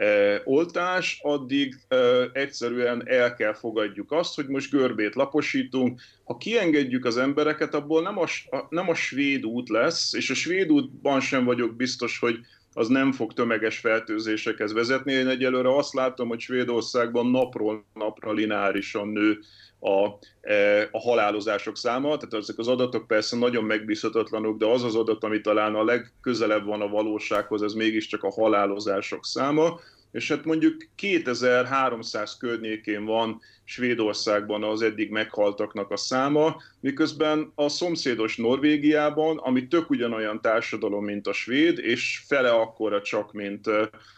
oltás, addig egyszerűen el kell fogadjuk azt, hogy most görbét laposítunk. Ha kiengedjük az embereket, abból nem a, nem a svéd út lesz, és a svéd útban sem vagyok biztos, hogy az nem fog tömeges fertőzésekhez vezetni. Én egyelőre azt látom, hogy Svédországban napról napra lineárisan nő a, a halálozások száma. Tehát ezek az adatok persze nagyon megbízhatatlanok, de az az adat, ami talán a legközelebb van a valósághoz, ez mégiscsak a halálozások száma. És hát mondjuk kétezer-háromszáz környékén van Svédországban az eddig meghaltaknak a száma, miközben a szomszédos Norvégiában, ami tök ugyanolyan társadalom, mint a svéd, és fele akkora csak, mint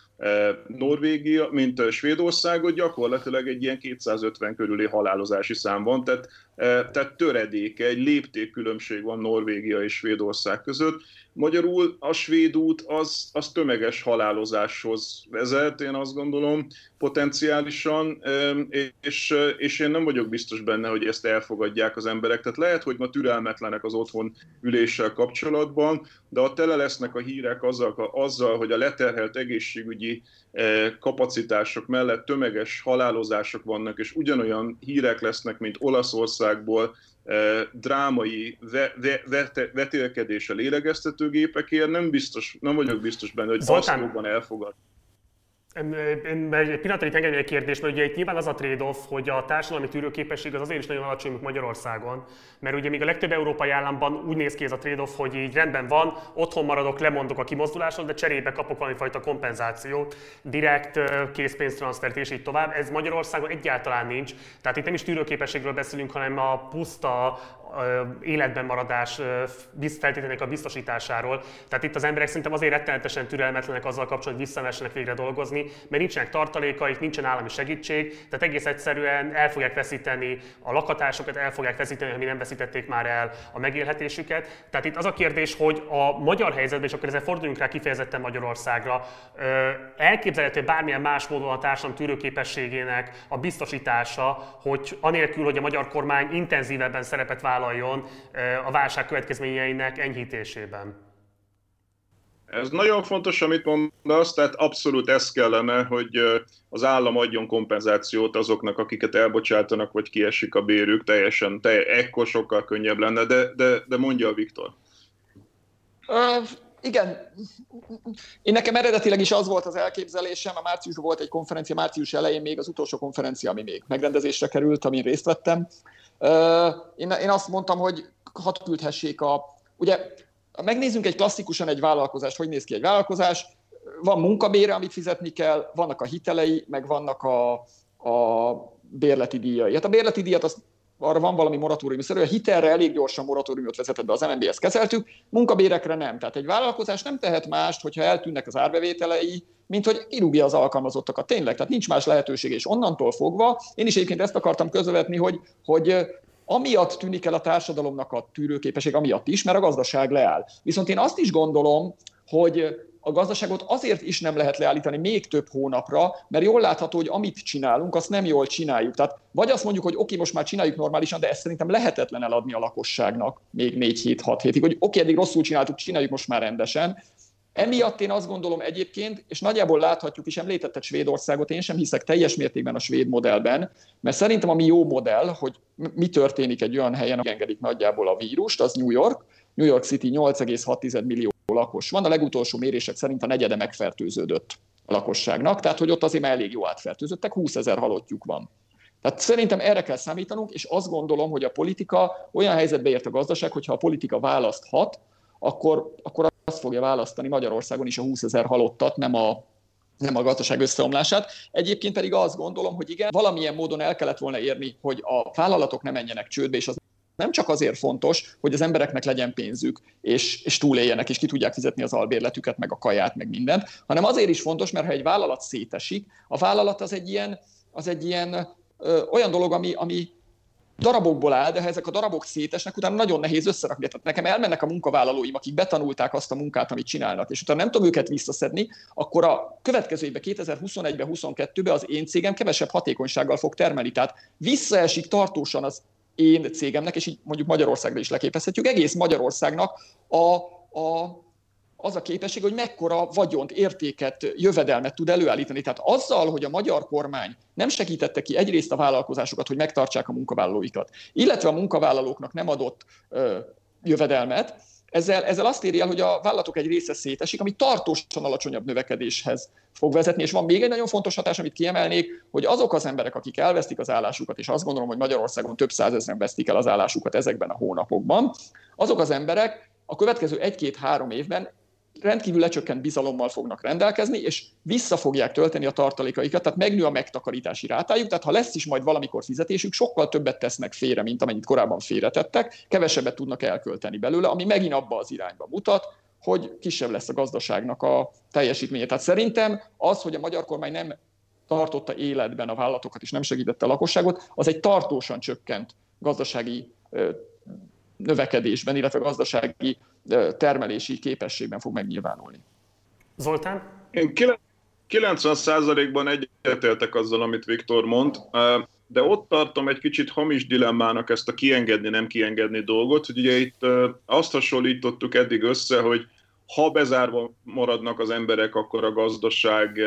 Norvégia, mint Svédországot, gyakorlatilag egy ilyen kétszázötven körüli halálozási szám van, tehát, tehát töredéke, egy léptékkülönbség van Norvégia és Svédország között. Magyarul a svéd út az, az tömeges halálozáshoz vezet, én azt gondolom, potenciálisan, és, és én nem vagyok biztos benne, hogy ezt elfogadják az emberek. Tehát lehet, hogy ma türelmetlenek az otthon üléssel kapcsolatban, de ha tele lesznek a hírek azzal, azzal, hogy a leterhelt egészségügyi kapacitások mellett tömeges halálozások vannak, és ugyanolyan hírek lesznek, mint Olaszországból, drámai vetélkedés a lélegeztetőgépekért, nem biztos, nem vagyok biztos benne, hogy azt jobban elfogad. Egy pillanatra itt engedj egy kérdés, mert ugye itt nyilván az a trade-off, hogy a társadalmi tűrőképesség az azért is nagyon alacsony, mint Magyarországon, mert ugye még a legtöbb európai államban úgy néz ki ez a trade-off, hogy így rendben van, otthon maradok, lemondok a kimozdulásról, de cserébe kapok valamifajta kompenzációt, direkt készpénztranszfert és így tovább. Ez Magyarországon egyáltalán nincs, tehát itt nem is tűrőképességről beszélünk, hanem a puszta életben maradás feltételének a biztosításáról. Tehát itt az emberek szerintem azért rettenetesen türelmetlenek azzal kapcsolatban, hogy visszavessenek végre dolgozni, mert nincsenek tartalékaik, nincsen állami segítség, tehát egész egyszerűen el fogják veszíteni a lakhatásokat, el fogják veszíteni, ha mi nem veszítették már el a megélhetésüket. Tehát itt az a kérdés, hogy a magyar helyzetben, és akkor ezzel forduljunk rá kifejezetten Magyarországra, elképzelhető bármilyen más módon a társadalom tűrőképességének a biztosítása, hogy anélkül, hogy a magyar kormány intenzívebben szerepet vállaljon a válság következményeinek enyhítésében. Ez nagyon fontos, amit mondasz, tehát abszolút ez kellene, hogy az állam adjon kompenzációt azoknak, akiket elbocsátanak, vagy kiesik a bérük, teljesen, te, ekkor sokkal könnyebb lenne, de, de, de mondja a Viktor. Uh, igen, én nekem eredetileg is az volt az elképzelésem, a márciusban volt egy konferencia, március elején még az utolsó konferencia, ami még megrendezésre került, amin részt vettem. Uh, én, én azt mondtam, hogy hadd küldhessék a... Ugye, megnézzünk egy klasszikusan egy vállalkozást, hogy néz ki egy vállalkozás, van munkabére, amit fizetni kell, vannak a hitelei, meg vannak a, a bérleti díjai. Hát a bérleti díjat az, arra van valami moratórium-szerű, a hitelre elég gyorsan moratóriumot vezetett be, az em en bé, ezt kezeltük, munkabérekre nem. Tehát egy vállalkozás nem tehet mást, hogyha eltűnnek az árbevételei, mint hogy kirúgja az alkalmazottakat. Tényleg, tehát nincs más lehetőség, és onnantól fogva, én is egyébként ezt akartam közvetni, hogy, hogy amiatt tűnik el a társadalomnak a tűrőképesség, amiatt is, mert a gazdaság leáll. Viszont én azt is gondolom, hogy a gazdaságot azért is nem lehet leállítani még több hónapra, mert jól látható, hogy amit csinálunk, azt nem jól csináljuk. Tehát vagy azt mondjuk, hogy oké, most már csináljuk normálisan, de ezt szerintem lehetetlen eladni a lakosságnak még négy hét, hat hétig, hogy oké, eddig rosszul csináltuk, csináljuk most már rendesen. Emiatt én azt gondolom egyébként, és nagyjából láthatjuk is, említetted Svédországot, én sem hiszek teljes mértékben a svéd modellben, mert szerintem ami jó modell, hogy mi történik egy olyan helyen, ahol engedik nagyjából a vírust, az New York. New York City nyolc egész hat millió lakos van, a legutolsó mérések szerint a negyede megfertőződött a lakosságnak, tehát hogy ott azért már elég jó átfertőzöttek, húszezer halottjuk van. Tehát szerintem erre kell számítanunk, és azt gondolom, hogy a politika olyan helyzetbe ért a gazdaság, hogyha a politika választhat, akkor, akkor azt fogja választani Magyarországon is a húszezer halottat, nem a, nem a gazdaság összeomlását. Egyébként pedig azt gondolom, hogy igen, valamilyen módon el kellett volna érni, hogy a vállalatok ne menjenek csődbe, és az nem csak azért fontos, hogy az embereknek legyen pénzük, és, és túléljenek, és ki tudják fizetni az albérletüket, meg a kaját, meg mindent, hanem azért is fontos, mert ha egy vállalat szétesik, a vállalat az egy ilyen, az egy ilyen ö, olyan dolog, ami, ami darabokból áll, de ha ezek a darabok szétesnek, utána nagyon nehéz összerakni. Tehát nekem elmennek a munkavállalóim, akik betanulták azt a munkát, amit csinálnak, és utána nem tudom őket visszaszedni, akkor a következő évben, kétezer-huszonegyben, huszonkettőben az én cégem kevesebb hatékonysággal fog termelni. Tehát visszaesik tartósan az én cégemnek, és így mondjuk Magyarországra is leképezhetjük, egész Magyarországnak a, a, az a képesség, hogy mekkora vagyont, értéket, jövedelmet tud előállítani. Tehát azzal, hogy a magyar kormány nem segítette ki egyrészt a vállalkozásokat, hogy megtartsák a munkavállalóikat, illetve a munkavállalóknak nem adott ö, jövedelmet, ezzel, ezzel azt éri el, hogy a vállalatok egy része szétesik, ami tartósan alacsonyabb növekedéshez fog vezetni. És van még egy nagyon fontos hatás, amit kiemelnék, hogy azok az emberek, akik elvesztik az állásukat, és azt gondolom, hogy Magyarországon több százezren vesztik el az állásukat ezekben a hónapokban, azok az emberek a következő egy-két-három évben rendkívül lecsökkent bizalommal fognak rendelkezni, és vissza fogják tölteni a tartalékaikat, tehát megnő a megtakarítási rátájuk, tehát ha lesz is majd valamikor fizetésük, sokkal többet tesznek félre, mint amennyit korábban félretettek, kevesebbet tudnak elkölteni belőle, ami megint abba az irányba mutat, hogy kisebb lesz a gazdaságnak a teljesítménye. Tehát szerintem az, hogy a magyar kormány nem tartotta életben a vállalatokat és nem segítette a lakosságot, az egy tartósan csökkent gazdasági növekedésben, illetve gazdasági termelési képességben fog megnyilvánulni. Zoltán? Én kilencven százalékban egyetértek azzal, amit Viktor mond, de ott tartom egy kicsit hamis dilemmának ezt a kiengedni, nem kiengedni dolgot, hogy ugye itt azt hasonlítottuk eddig össze, hogy ha bezárva maradnak az emberek, akkor a gazdaság,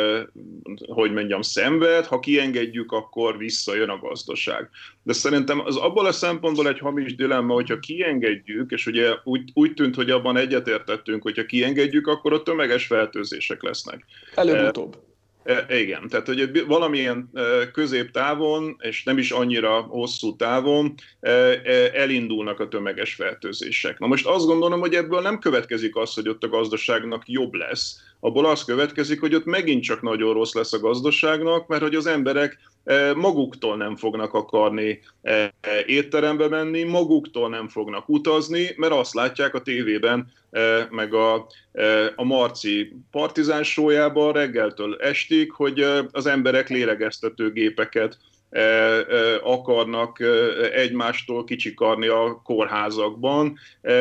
hogy mondjam, szenved, ha kiengedjük, akkor visszajön a gazdaság. De szerintem az abból a szempontból egy hamis dilemma, hogyha kiengedjük, és ugye úgy, úgy tűnt, hogy abban egyetértettünk, hogyha kiengedjük, akkor a tömeges fertőzések lesznek. Előbb-utóbb. Igen, tehát hogy valamilyen középtávon, és nem is annyira hosszú távon elindulnak a tömeges fertőzések. Na most azt gondolom, hogy ebből nem következik az, hogy ott a gazdaságnak jobb lesz, abból az következik, hogy ott megint csak nagyon rossz lesz a gazdaságnak, mert hogy az emberek maguktól nem fognak akarni étterembe menni, maguktól nem fognak utazni, mert azt látják a tévében, meg a, a Marci Partizán show-jában reggeltől estig, hogy az emberek lélegeztetőgépeket akarnak egymástól kicsikarni a kórházakban,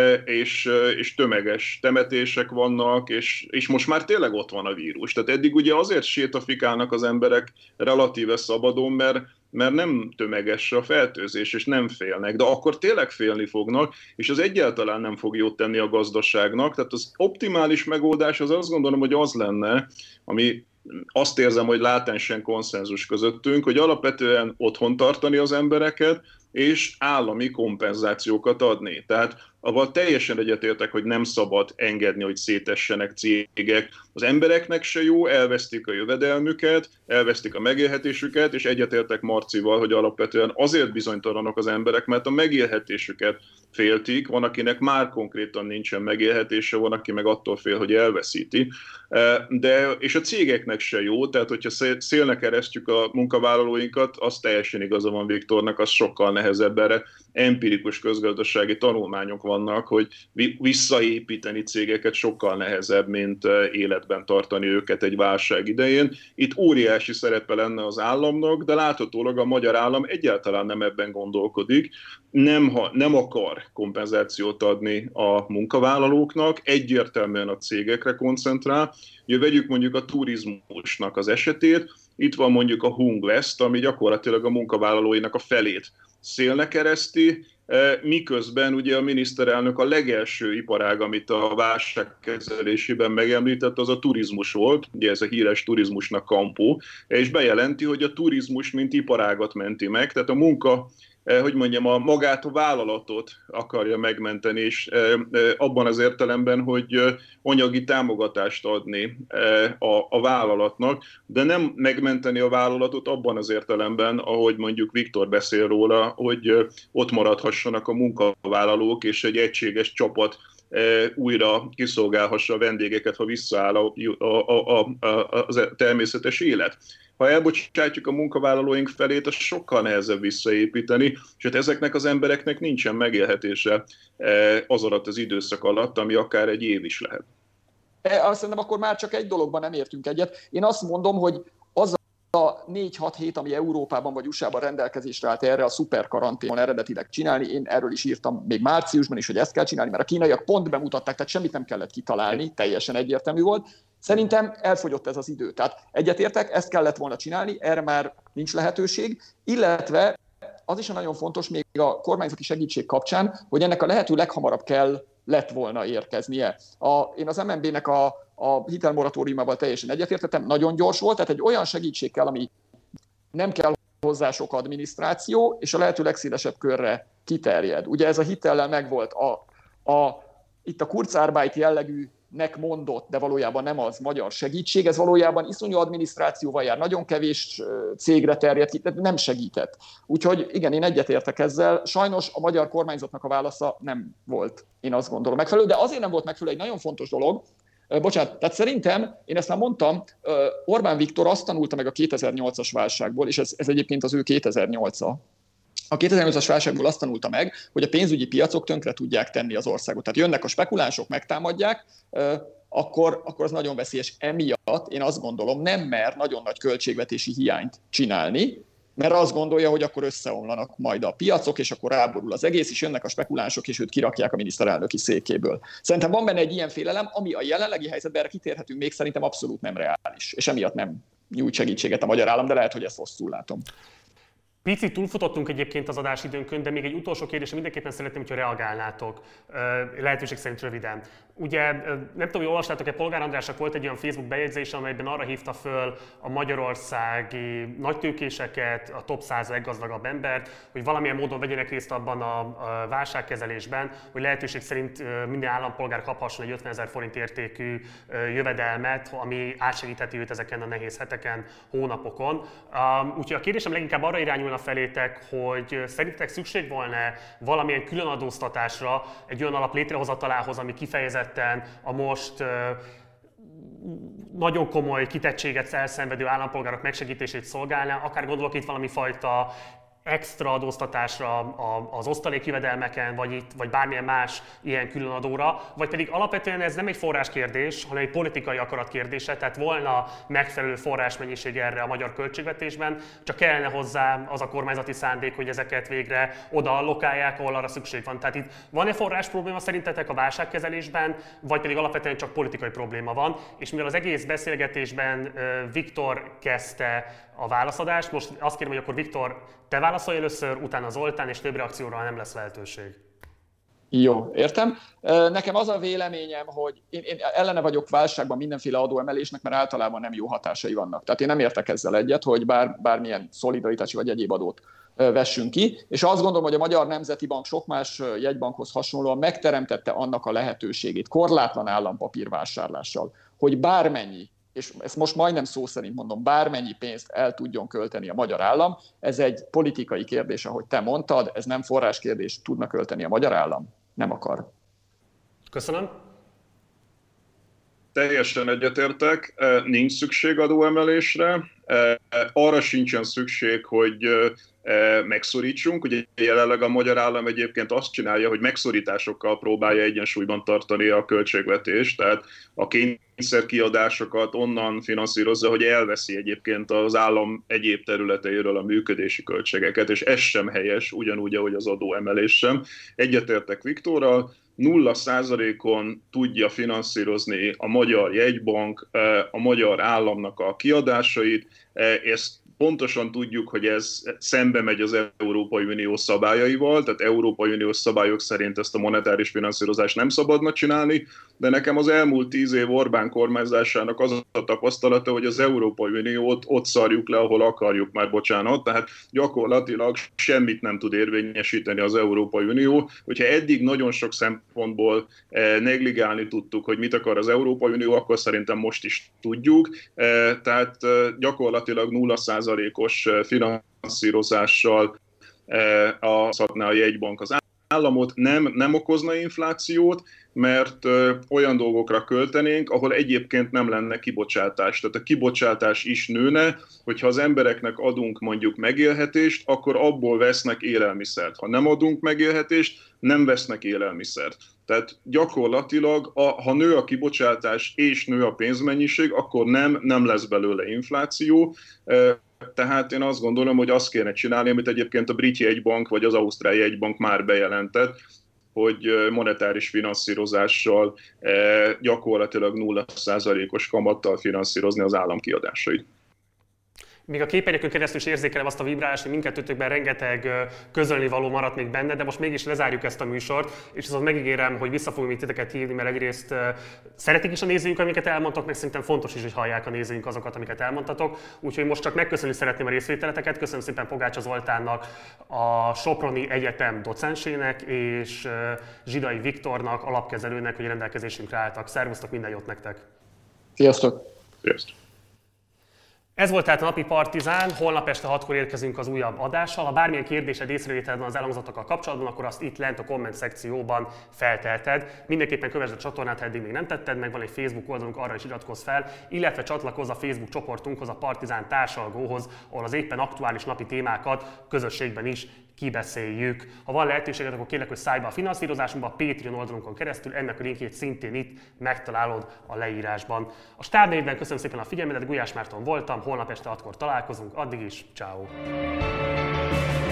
és, és tömeges temetések vannak, és, és most már tényleg ott van a vírus. Tehát eddig ugye azért sétafikálnak az emberek relatíve szabadon, mert mert nem tömeges a fertőzés, és nem félnek, de akkor tényleg félni fognak, és az egyáltalán nem fog jót tenni a gazdaságnak. Tehát az optimális megoldás az azt gondolom, hogy az lenne, ami azt érzem, hogy látensen konszenzus közöttünk, hogy alapvetően otthon tartani az embereket, és állami kompenzációkat adni. Tehát avval teljesen egyetértek, hogy nem szabad engedni, hogy szétessenek cégek. Az embereknek se jó, elvesztik a jövedelmüket, elvesztik a megélhetésüket, és egyetértek Marcival, hogy alapvetően azért bizonytalanok az emberek, mert a megélhetésüket féltik, van, akinek már konkrétan nincsen megélhetése, van, aki meg attól fél, hogy elveszíti. De, és a cégeknek se jó, tehát hogyha szélnek eresztjük a munkavállalóinkat, az teljesen igaza van Viktornak, az sokkal nehezebb. Erre empirikus közgazdasági tanulmányok vannak, hogy visszaépíteni cégeket sokkal nehezebb, mint életben tartani őket egy válság idején. Itt óriási szerepe lenne az államnak, de láthatólag a magyar állam egyáltalán nem ebben gondolkodik, nem, ha, nem akar kompenzációt adni a munkavállalóknak, egyértelműen a cégekre koncentrál. Ugye vegyük mondjuk a turizmusnak az esetét, itt van mondjuk a Hung West, ami gyakorlatilag a munkavállalóinak a felét szélnek ereszti, miközben ugye a miniszterelnök a legelső iparág, amit a válság kezelésében megemlített, az a turizmus volt, ugye ez a híres turizmusnak kampó, és bejelenti, hogy a turizmus mint iparágat menti meg, tehát a munka, hogy mondjam, a magát a vállalatot akarja megmenteni, és abban az értelemben, hogy anyagi támogatást adni a, a vállalatnak, de nem megmenteni a vállalatot abban az értelemben, ahogy mondjuk Viktor beszél róla, hogy ott maradhassanak a munkavállalók, és egy egységes csapat újra kiszolgálhassa a vendégeket, ha visszaáll a, a, a, a, a természetes élet. Ha elbocsátjuk a munkavállalóink felét, az sokkal nehezebb visszaépíteni, és hát ezeknek az embereknek nincsen megélhetése az alatt az időszak alatt, ami akár egy év is lehet. Azt szerintem akkor már csak egy dologban nem értünk egyet. Én azt mondom, hogy az a négy-hat hét, ami Európában vagy u es á-ban rendelkezésre állt erre a szuperkaranténon eredetileg csinálni, én erről is írtam még márciusban is, hogy ezt kell csinálni, mert a kínaiak pont bemutatták, tehát semmit nem kellett kitalálni, teljesen egyértelmű volt. Szerintem elfogyott ez az idő. Tehát egyetértek, ezt kellett volna csinálni, erre már nincs lehetőség, illetve az is nagyon fontos még a kormányzati segítség kapcsán, hogy ennek a lehető leghamarabb kell lett volna érkeznie. A, én az em en bé-nek a, a hitelmoratóriumával teljesen egyetértettem, nagyon gyors volt, tehát egy olyan segítség kell, ami nem kell hozzá sok adminisztráció, és a lehető legszélesebb körre kiterjed. Ugye ez a hitellel megvolt. A, a, itt a Kurzarbeit jellegű nek mondott, de valójában nem az magyar segítség, ez valójában iszonyú adminisztrációval jár, nagyon kevés cégre terjed ki, nem segített. Úgyhogy igen, én egyetértek ezzel. Sajnos a magyar kormányzatnak a válasza nem volt, én azt gondolom, megfelelő, de azért nem volt megfelelő egy nagyon fontos dolog, bocsánat, tehát szerintem, én ezt már mondtam, Orbán Viktor azt tanulta meg a kétezer-nyolcas válságból, és ez, ez egyébként az ő kétezer-nyolca. A kétezer-nyolcas válságból azt tanulta meg, hogy a pénzügyi piacok tönkre tudják tenni az országot. Tehát jönnek a spekulánsok, megtámadják, akkor, akkor az nagyon veszélyes. Emiatt én azt gondolom, nem mer nagyon nagy költségvetési hiányt csinálni, mert azt gondolja, hogy akkor összeomlanak majd a piacok, és akkor ráborul az egész, és jönnek a spekulánsok, és őt kirakják a miniszterelnöki székéből. Szerintem van benne egy ilyen félelem, ami a jelenlegi helyzetben, erre kitérhetünk még, szerintem abszolút nem reális, és emiatt nem nyújt segítséget a magyar állam, de lehet, hogy ezt rosszul látom. Picit túlfutottunk egyébként az adásidőnkön, de még egy utolsó kérdésre mindenképpen szeretném, hogyha reagálnátok, lehetőség szerint röviden. Ugye nem tudom, hogy olvastátok-e, Polgár Andrásnak volt egy olyan Facebook bejegyzése, amelyben arra hívta föl a magyarországi nagytőkéseket, a top száz leggazdagabb embert, hogy valamilyen módon vegyenek részt abban a válságkezelésben, hogy lehetőség szerint minden állampolgár kaphasson egy ötvenezer forint értékű jövedelmet, ami átsegítheti őt ezeken a nehéz heteken, hónapokon. Úgyhogy a kérdésem leginkább arra irányulna felétek, hogy szerintetek szükség volna valamilyen külön adóztatásra egy olyan alap létrehozatalához, ami kifejezetten a most nagyon komoly kitettséget elszenvedő állampolgárok megsegítését szolgálná, akár gondolok itt valami fajta extra adóztatásra az osztalékjövedelmeken, vagy, itt, vagy bármilyen más ilyen különadóra, vagy pedig alapvetően ez nem egy forráskérdés, hanem egy politikai akarat kérdése, tehát volna megfelelő forrásmennyiség erre a magyar költségvetésben, csak kellene hozzá az a kormányzati szándék, hogy ezeket végre oda allokálják, ahol arra szükség van. Tehát itt van-e forrás probléma szerintetek a válságkezelésben, vagy pedig alapvetően csak politikai probléma van, és mivel az egész beszélgetésben Viktor kezdte a válaszadást, most azt kérem, hogy akkor Viktor, te válaszolj először, utána Zoltán, és több reakcióra nem lesz lehetőség. Jó, értem. Nekem az a véleményem, hogy én, én ellene vagyok válságban mindenféle adóemelésnek, mert általában nem jó hatásai vannak. Tehát én nem értek ezzel egyet, hogy bár, bármilyen szolidaritási vagy egyéb adót vessünk ki, és azt gondolom, hogy a Magyar Nemzeti Bank sok más jegybankhoz hasonlóan megteremtette annak a lehetőségét korlátlan állampapírvásárlással, hogy bármennyi, és ezt most majdnem szó szerint mondom, bármennyi pénzt el tudjon költeni a magyar állam. Ez egy politikai kérdés, ahogy te mondtad, ez nem forráskérdés, tudna költeni a magyar állam, nem akar. Köszönöm. Teljesen egyetértek, nincs szükség adóemelésre, arra sincsen szükség, hogy megszorítsunk. Ugye jelenleg a magyar állam egyébként azt csinálja, hogy megszorításokkal próbálja egyensúlyban tartani a költségvetést, tehát a kényszerkiadásokat onnan finanszírozza, hogy elveszi egyébként az állam egyéb területeiről a működési költségeket, és ez sem helyes, ugyanúgy, ahogy az adóemelés sem. Egyetértek Viktorral, nulla százalékon tudja finanszírozni a Magyar Jegybank a magyar államnak a kiadásait. Ezt pontosan tudjuk, hogy ez szembe megy az Európai Unió szabályaival, tehát Európai Uniós szabályok szerint ezt a monetáris finanszírozást nem szabadna csinálni, de nekem az elmúlt tíz év Orbán kormányzásának az a tapasztalata, hogy az Európai Uniót ott szarjuk le, ahol akarjuk, már bocsánat, tehát gyakorlatilag semmit nem tud érvényesíteni az Európai Unió. Hogyha eddig nagyon sok szempontból negligálni tudtuk, hogy mit akar az Európai Unió, akkor szerintem most is tudjuk, tehát gyakorlatilag nulla százalékos finanszírozással adhatná a jegybank az államot, nem, nem okozna inflációt, mert ö, olyan dolgokra költenénk, ahol egyébként nem lenne kibocsátás. Tehát a kibocsátás is nőne, hogyha az embereknek adunk mondjuk megélhetést, akkor abból vesznek élelmiszert. Ha nem adunk megélhetést, nem vesznek élelmiszert. Tehát gyakorlatilag, a, ha nő a kibocsátás és nő a pénzmennyiség, akkor nem, nem lesz belőle infláció. Tehát én azt gondolom, hogy azt kéne csinálni, amit egyébként a brit jegybank vagy az ausztrál jegybank már bejelentett, hogy monetáris finanszírozással gyakorlatilag nulla százalékos kamattal finanszírozni az állam kiadásait. Még a képernyőkön keresztül is érzékelem azt a vibrálást, hogy mindkettőtökben rengeteg közölnivaló maradt még benne, de most mégis lezárjuk ezt a műsort, és azon megígérem, hogy vissza fogunk még titeket hívni, mert egyrészt szeretik is a nézőink, amiket elmondtok, meg szerintem fontos is, hogy hallják a nézőink azokat, amiket elmondtatok. Úgyhogy most csak megköszönni szeretném a részvételeteket. Köszönöm szépen Pogácsa Zoltánnak, a Soproni Egyetem docensének, és Zsidai Viktornak, alapkezelőnek, hogy rendelkezésünkre álltak. Szervusztok, minden jót nektek! Sziasztok! Sziasztok! Ez volt tehát a napi Partizán, holnap este hatkor érkezünk az újabb adással. Ha bármilyen kérdésed, észrevételed van az elhangzatokkal kapcsolatban, akkor azt itt lent a komment szekcióban felteheted. Mindenképpen kövesd a csatornát, ha eddig még nem tetted, meg van egy Facebook oldalunk, arra is iratkozz fel, illetve csatlakozz a Facebook csoportunkhoz, a Partizán társalgóhoz, ahol az éppen aktuális napi témákat közösségben is kibeszéljük. Ha van lehetőséged, akkor kérlek, hogy szállj be a finanszírozásunkba, a Patreon oldalunkon keresztül, ennek a linkjét szintén itt megtalálod a leírásban. A stáb nevében köszönöm szépen a figyelmedet, Gulyás Márton voltam, holnap este hatkor találkozunk, addig is, ciao.